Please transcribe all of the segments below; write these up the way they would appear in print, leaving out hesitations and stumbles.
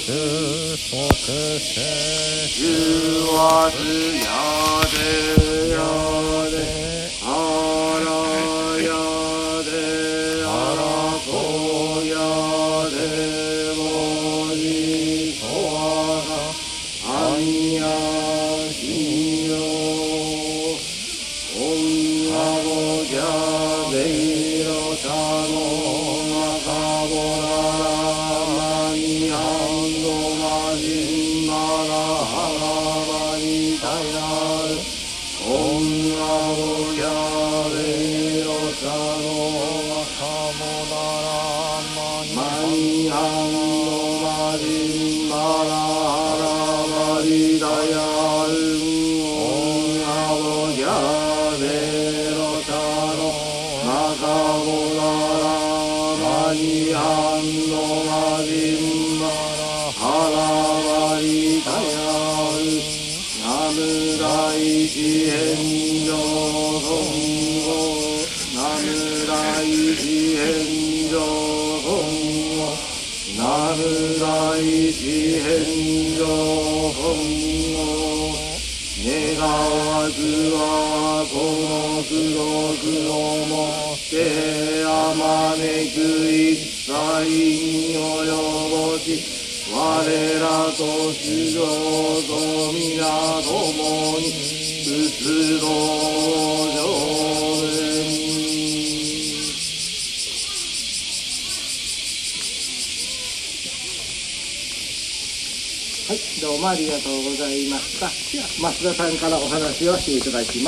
どうもありがとうございました。では増田さんからお話をしていただきます。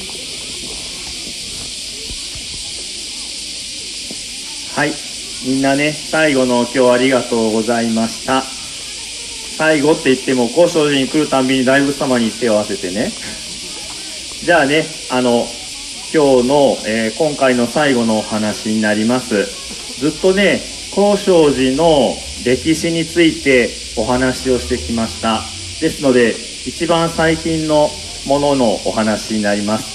はい、みんなね、最後の今日ありがとうございました。最後って言っても高尚寺に来るたんびに大仏様に手を合わせてね。じゃあね、今日の、今回の最後のお話になります。ずっとね、高尚寺の歴史についてお話をしてきました。ですので一番最近のもののお話になります。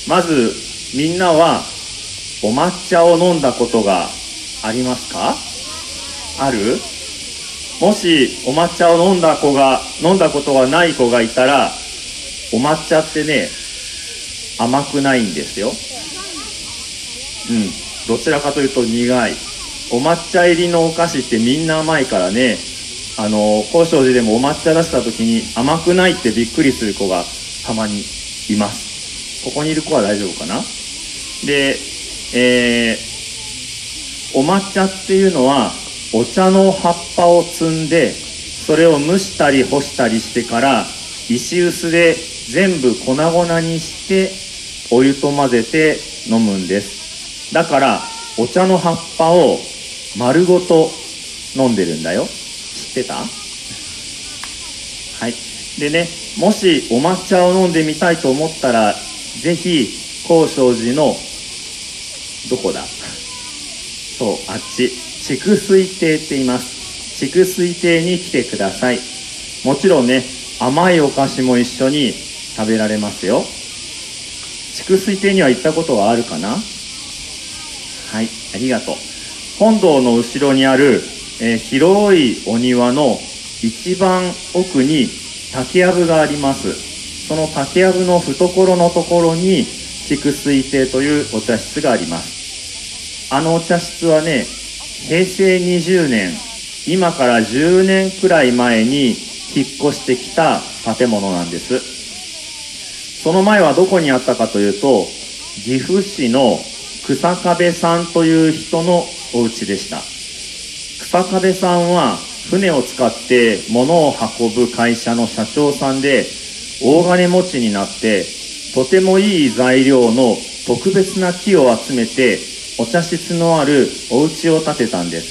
まずみんなはお抹茶を飲んだことがありますか？ある？もしお抹茶を飲んだことがない子がいたら、お抹茶ってね、甘くないんですよ。どちらかというと苦い。お抹茶入りのお菓子ってみんな甘いからね、高尚寺でもお抹茶出した時に甘くないってびっくりする子がたまにいます。ここにいる子は大丈夫かな？で、お抹茶っていうのはお茶の葉っぱを摘んで、それを蒸したり干したりしてから石臼で全部粉々にしてお湯と混ぜて飲むんです。だからお茶の葉っぱを丸ごと飲んでるんだよ。知ってた？はい。でね、もしお抹茶を飲んでみたいと思ったら、ぜひ高尚寺のどこだ？そう、あっち、筑水亭って言います。筑水亭に来てください。もちろんね、甘いお菓子も一緒に食べられますよ。筑水亭には行ったことはあるかな？はい、ありがとう。本堂の後ろにある、広いお庭の一番奥に竹やぶがあります。その竹やぶの懐のところに筑水亭というお茶室があります。あのお茶室はね、平成20年、今から10年くらい前に引っ越してきた建物なんです。その前はどこにあったかというと、岐阜市の草壁さんという人のお家でした。草壁さんは船を使って物を運ぶ会社の社長さんで、大金持ちになってとてもいい材料の特別な木を集めてお茶室のあるお家を建てたんです。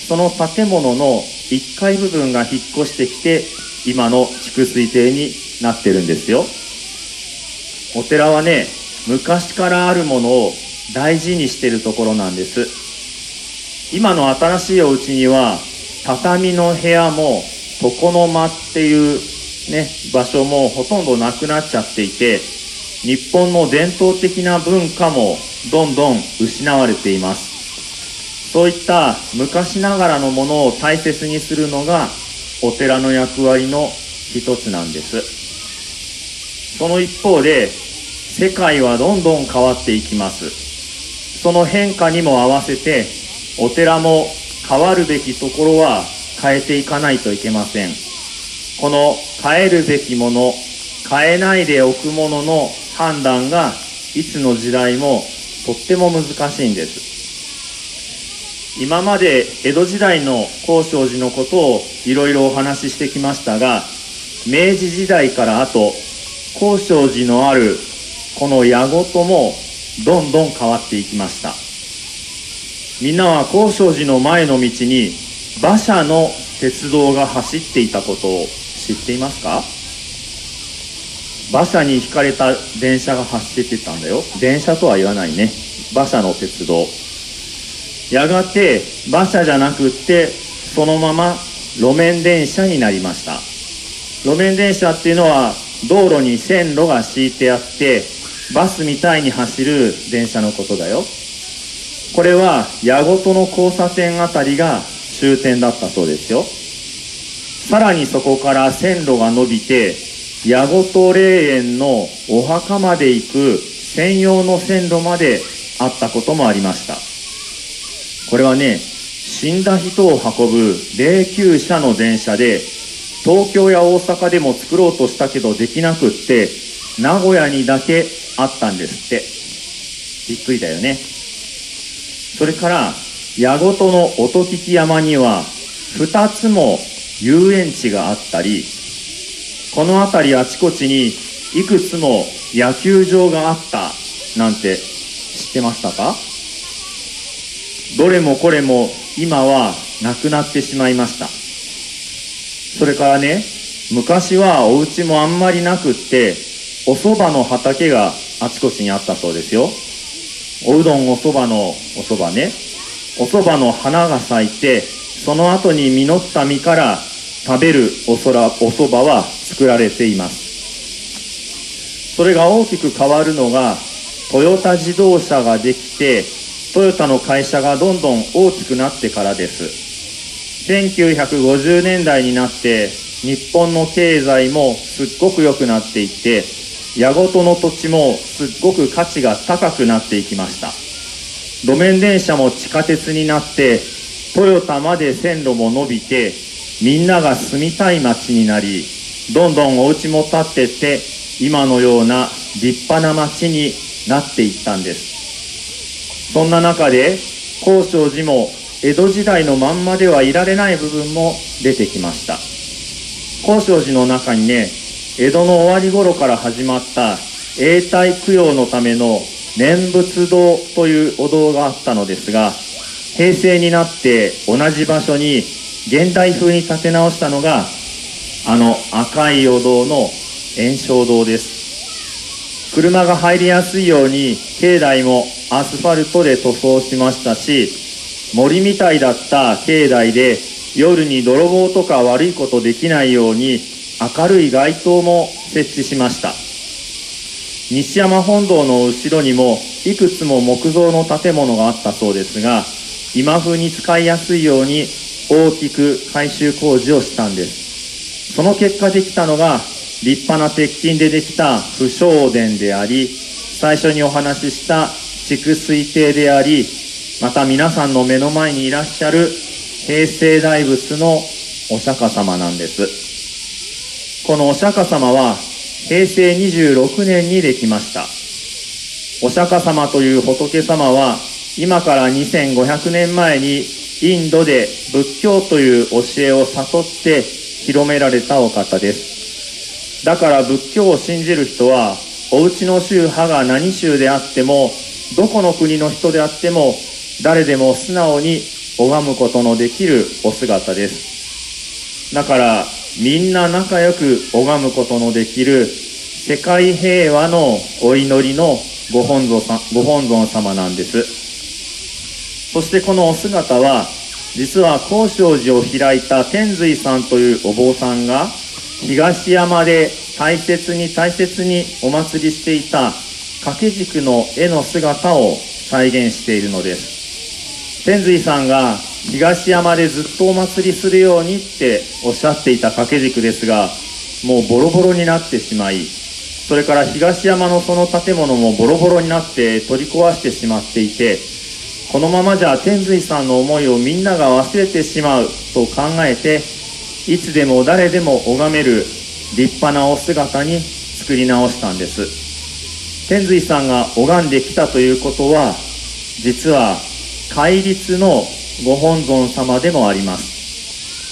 その建物の1階部分が引っ越してきて今の筑水亭になってるんですよ。お寺はね、昔からあるものを大事にしているところなんです。今の新しいお家には畳の部屋も床の間っていうね、場所もほとんどなくなっちゃっていて、日本の伝統的な文化もどんどん失われています。 そういった昔ながらのものを大切にするのがお寺の役割の一つなんです。その一方で世界はどんどん変わっていきます。その変化にも合わせてお寺も変わるべきところは変えていかないといけません。この変えるべきもの、変えないでおくものの判断がいつの時代もとっても難しいんです。今まで江戸時代の興正寺のことをいろいろお話ししてきましたが、明治時代から後、興正寺のあるこの矢事もどんどん変わっていきました。みんなは興正寺の前の道に馬車の鉄道が走っていたことを知っていますか？馬車に引かれた電車が走ってたんだよ。電車とは言わないね。馬車の鉄道。やがて馬車じゃなくってそのまま路面電車になりました。路面電車っていうのは道路に線路が敷いてあってバスみたいに走る電車のことだよ。これは矢事の交差点あたりが終点だったそうですよ。さらにそこから線路が伸びて矢事霊園のお墓まで行く専用の線路まであったこともありました。これはね、死んだ人を運ぶ霊柩車の電車で、東京や大阪でも作ろうとしたけどできなくって、名古屋にだけあったんですって。びっくりだよね。それから矢事の音聞山には2つも遊園地があったり、この辺りあちこちにいくつも野球場があったなんて知ってましたか？どれもこれも今はなくなってしまいました。それからね、昔はお家もあんまりなくってお蕎麦の畑があちこちにあったそうですよ。おうどんお蕎麦のお蕎麦ね、お蕎麦の花が咲いてその後に実った実から食べるお蕎麦は作られています。それが大きく変わるのがトヨタ自動車ができて、トヨタの会社がどんどん大きくなってからです。1950年代になって日本の経済もすっごく良くなっていって、矢事の土地もすっごく価値が高くなっていきました。路面電車も地下鉄になって、トヨタまで線路も伸びて、みんなが住みたい街になり、どんどんお家も建ってって、今のような立派な街になっていったんです。そんな中で興正寺も江戸時代のまんまではいられない部分も出てきました。興正寺の中にね、江戸の終わり頃から始まった永代供養のための念仏堂というお堂があったのですが、平成になって同じ場所に現代風に建て直したのがあの赤いお堂の延生堂です。車が入りやすいように境内もアスファルトで塗装しましたし、森みたいだった境内で夜に泥棒とか悪いことできないように明るい街灯も設置しました。西山本堂の後ろにもいくつも木造の建物があったそうですが、今風に使いやすいように大きく改修工事をしたんです。その結果できたのが立派な鉄筋でできた不正殿であり、最初にお話しした蓄水亭であり、また皆さんの目の前にいらっしゃる平成大仏のお釈迦様なんです。このお釈迦様は平成26年にできました。お釈迦様という仏様は今から2500年前にインドで仏教という教えを悟って広められたお方です。だから仏教を信じる人はお家の宗派が何宗であっても、どこの国の人であっても誰でも素直に拝むことのできるお姿です。だからみんな仲良く拝むことのできる世界平和のお祈りのご本尊様なんです。そしてこのお姿は実は興正寺を開いた天瑞さんというお坊さんが東山で大切にお祭りしていた掛け軸の絵の姿を再現しているのです。 天随さんが東山でずっとお祭りするようにっておっしゃっていた掛け軸ですが、もうボロボロになってしまい、それから東山のその建物もボロボロになって取り壊してしまっていて、このままじゃ天随さんの思いをみんなが忘れてしまうと考えて、いつでも誰でも拝める立派なお姿に作り直したんです。天随さんが拝んできたということは、実は戒律のご本尊様でもあります。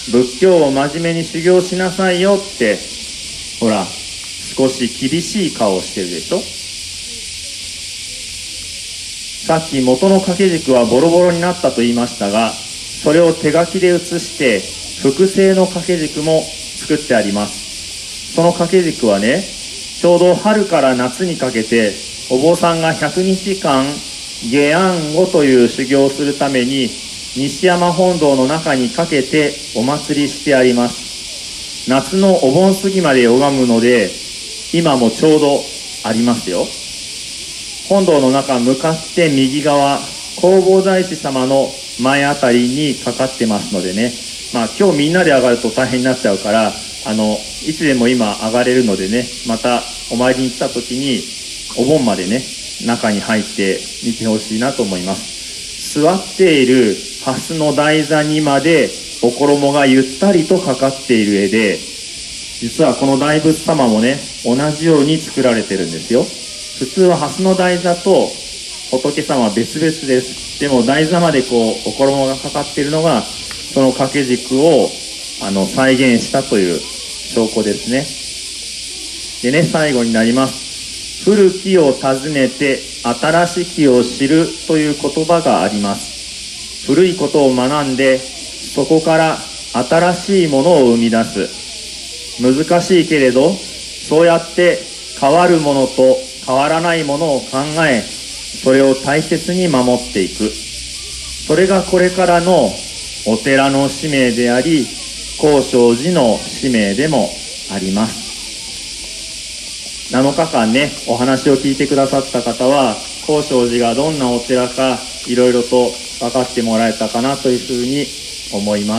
仏教を真面目に修行しなさいよって、ほら少し厳しい顔をしてるでしょ。さっき元の掛け軸はボロボロになったと言いましたが、それを手書きで写して複製の掛け軸も作ってあります。その掛け軸はね、ちょうど春から夏にかけてお坊さんが100日間下安語という修行をするために西山本堂の中にかけてお祭りしてあります。夏のお盆過ぎまで拝むので、今もちょうどありますよ。本堂の中向かって右側、弘法大師様の前あたりにかかってますのでね、今日みんなで上がると大変になっちゃうから、いつでも今上がれるのでね、またお参りに来た時にお盆までね、中に入って見てほしいなと思います。座っている蓮の台座にまでお衣がゆったりとかかっている絵で、実はこの大仏様もね、同じように作られてるんですよ。普通は蓮の台座と仏様は別々です。でも台座までお衣がかかっているのが、その掛け軸を再現したという証拠ですね。でね、最後になります。古きを訪ねて新しきを知るという言葉があります。古いことを学んで、そこから新しいものを生み出す。難しいけれど、そうやって変わるものと変わらないものを考え、それを大切に守っていく。それがこれからのお寺の使命であり、高尚寺の使命でもあります。7日間ね、お話を聞いてくださった方は、高尚寺がどんなお寺かいろいろと分かってもらえたかなというふうに思います。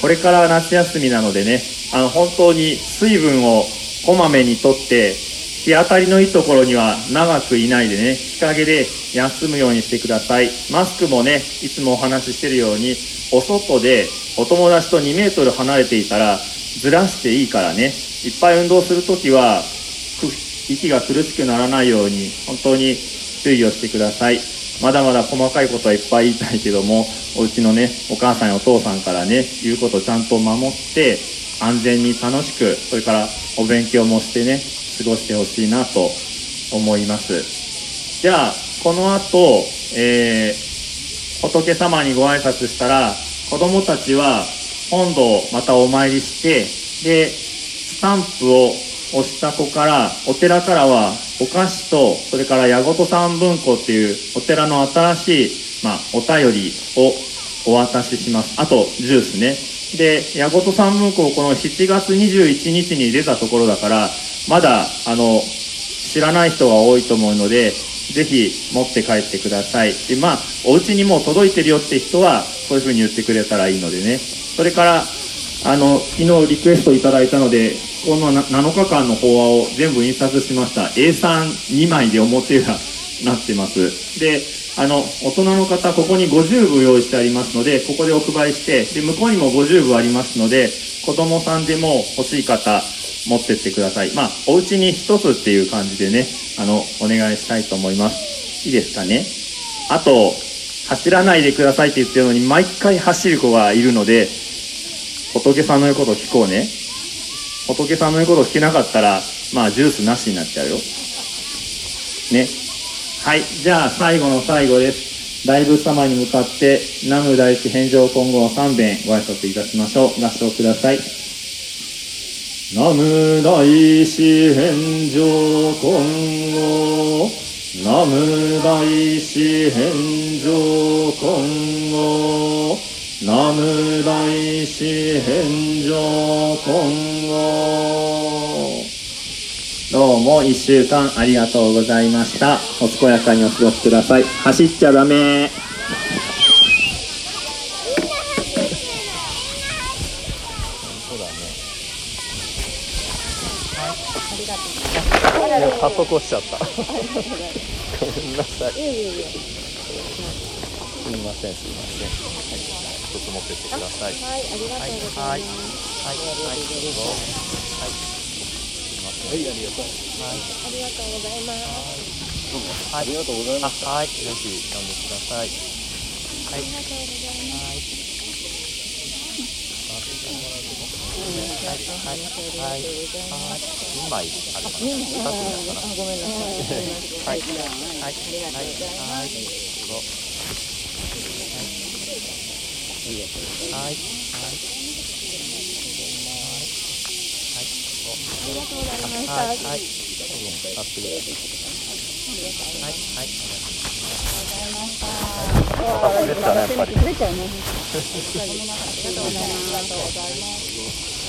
これから夏休みなのでね、本当に水分をこまめにとって、日当たりのいいところには長くいないでね、日陰で休むようにしてください。マスクもね、いつもお話ししているように、お外でお友達と2メートル離れていたらずらしていいからね、いっぱい運動するときは息が苦しくならないように本当に注意をしてください。まだまだ細かいことはいっぱい言いたいけども、お家のね、お母さんやお父さんからね、言うことをちゃんと守って安全に楽しく、それからお勉強もしてね、過ごしてほしいなと思います。じゃあこの後、仏様にご挨拶したら、子供たちは本堂をまたお参りして、でスタンプを押した子から、お寺からはお菓子と、それから矢事三文庫っていうお寺の新しい、お便りをお渡しします。あとジュースね。で矢事三文庫をこの7月21日に出たところだから、まだ知らない人が多いと思うので、ぜひ持って帰ってください。でお家にもう届いてるよって人はそういう風に言ってくれたらいいのでね。それから昨日リクエストいただいたので、この7日間の法話を全部印刷しました。 A32 枚で表がなってます。で大人の方、ここに50部用意してありますので、ここでお配りして、で向こうにも50部ありますので、子供さんでも欲しい方持ってってください。お家に一つっていう感じでね、お願いしたいと思います。いいですかね。あと走らないでくださいって言ってるのに毎回走る子がいるので、仏さんの言うことを聞こうね。仏さんの言うことを聞けなかったら、ジュースなしになっちゃうよね。はい、じゃあ最後の最後です。大仏様に向かって南無大師返上金剛3遍ご挨拶いたしましょう。合唱ください。南無大師返上金剛、南無大師返上金剛、南無大師返上金剛。どうも1週間ありがとうございました。お健やかにお過ごしください。走っちゃダメ。 いや、早速落ちちゃった。ごめんなさい。すみません、すみません。はい、一つ持ってってください。 はい、ありがとうございます。 はい、はい、はい、どうぞ。はい。 はい、ありがとう。 はい、 ありがとうございます。 どうもありがとうございました。 はい、ぜひ飲んでください。はい、 ありがとうございます。 はい。はい、2枚あるかな。2つになるかな。 ごめんなさい。 はい、はい、はい、はい、どうぞ。はい、はい、はい、 ありがとうございました。 はい、はい、どうぞ、使ってください。はい、はい、お腹でしたね、やっぱり。 出ちゃうね。ありがとうございます。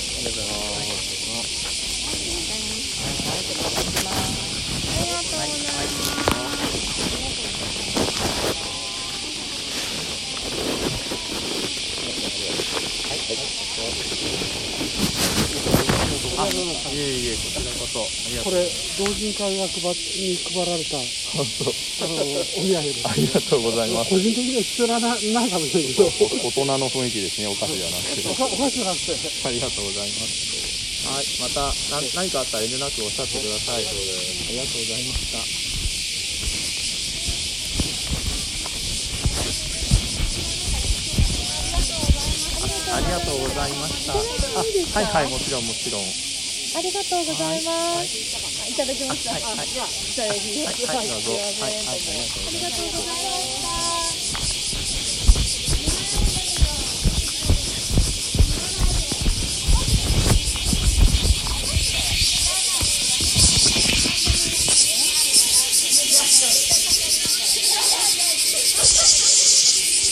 いえいえ、こちらこそ。 これ老人会が配られた本当。 お土産です。 ありがとうございます。 個人的には必要ないかもしれないけど、 大人の雰囲気ですね、お菓子じゃなくて。 お菓子じゃなくて。 ありがとうございます。はい、また何かあったら遠慮なくおっしゃってください。ありがとうございました。ありがとうございました。はいはい、もちろんもちろん。 ありがとうございます。いただきました。 はいはい。 いただきました。 はい、どうぞ。はい、はい、ありがとうございます。 ありがとうございました。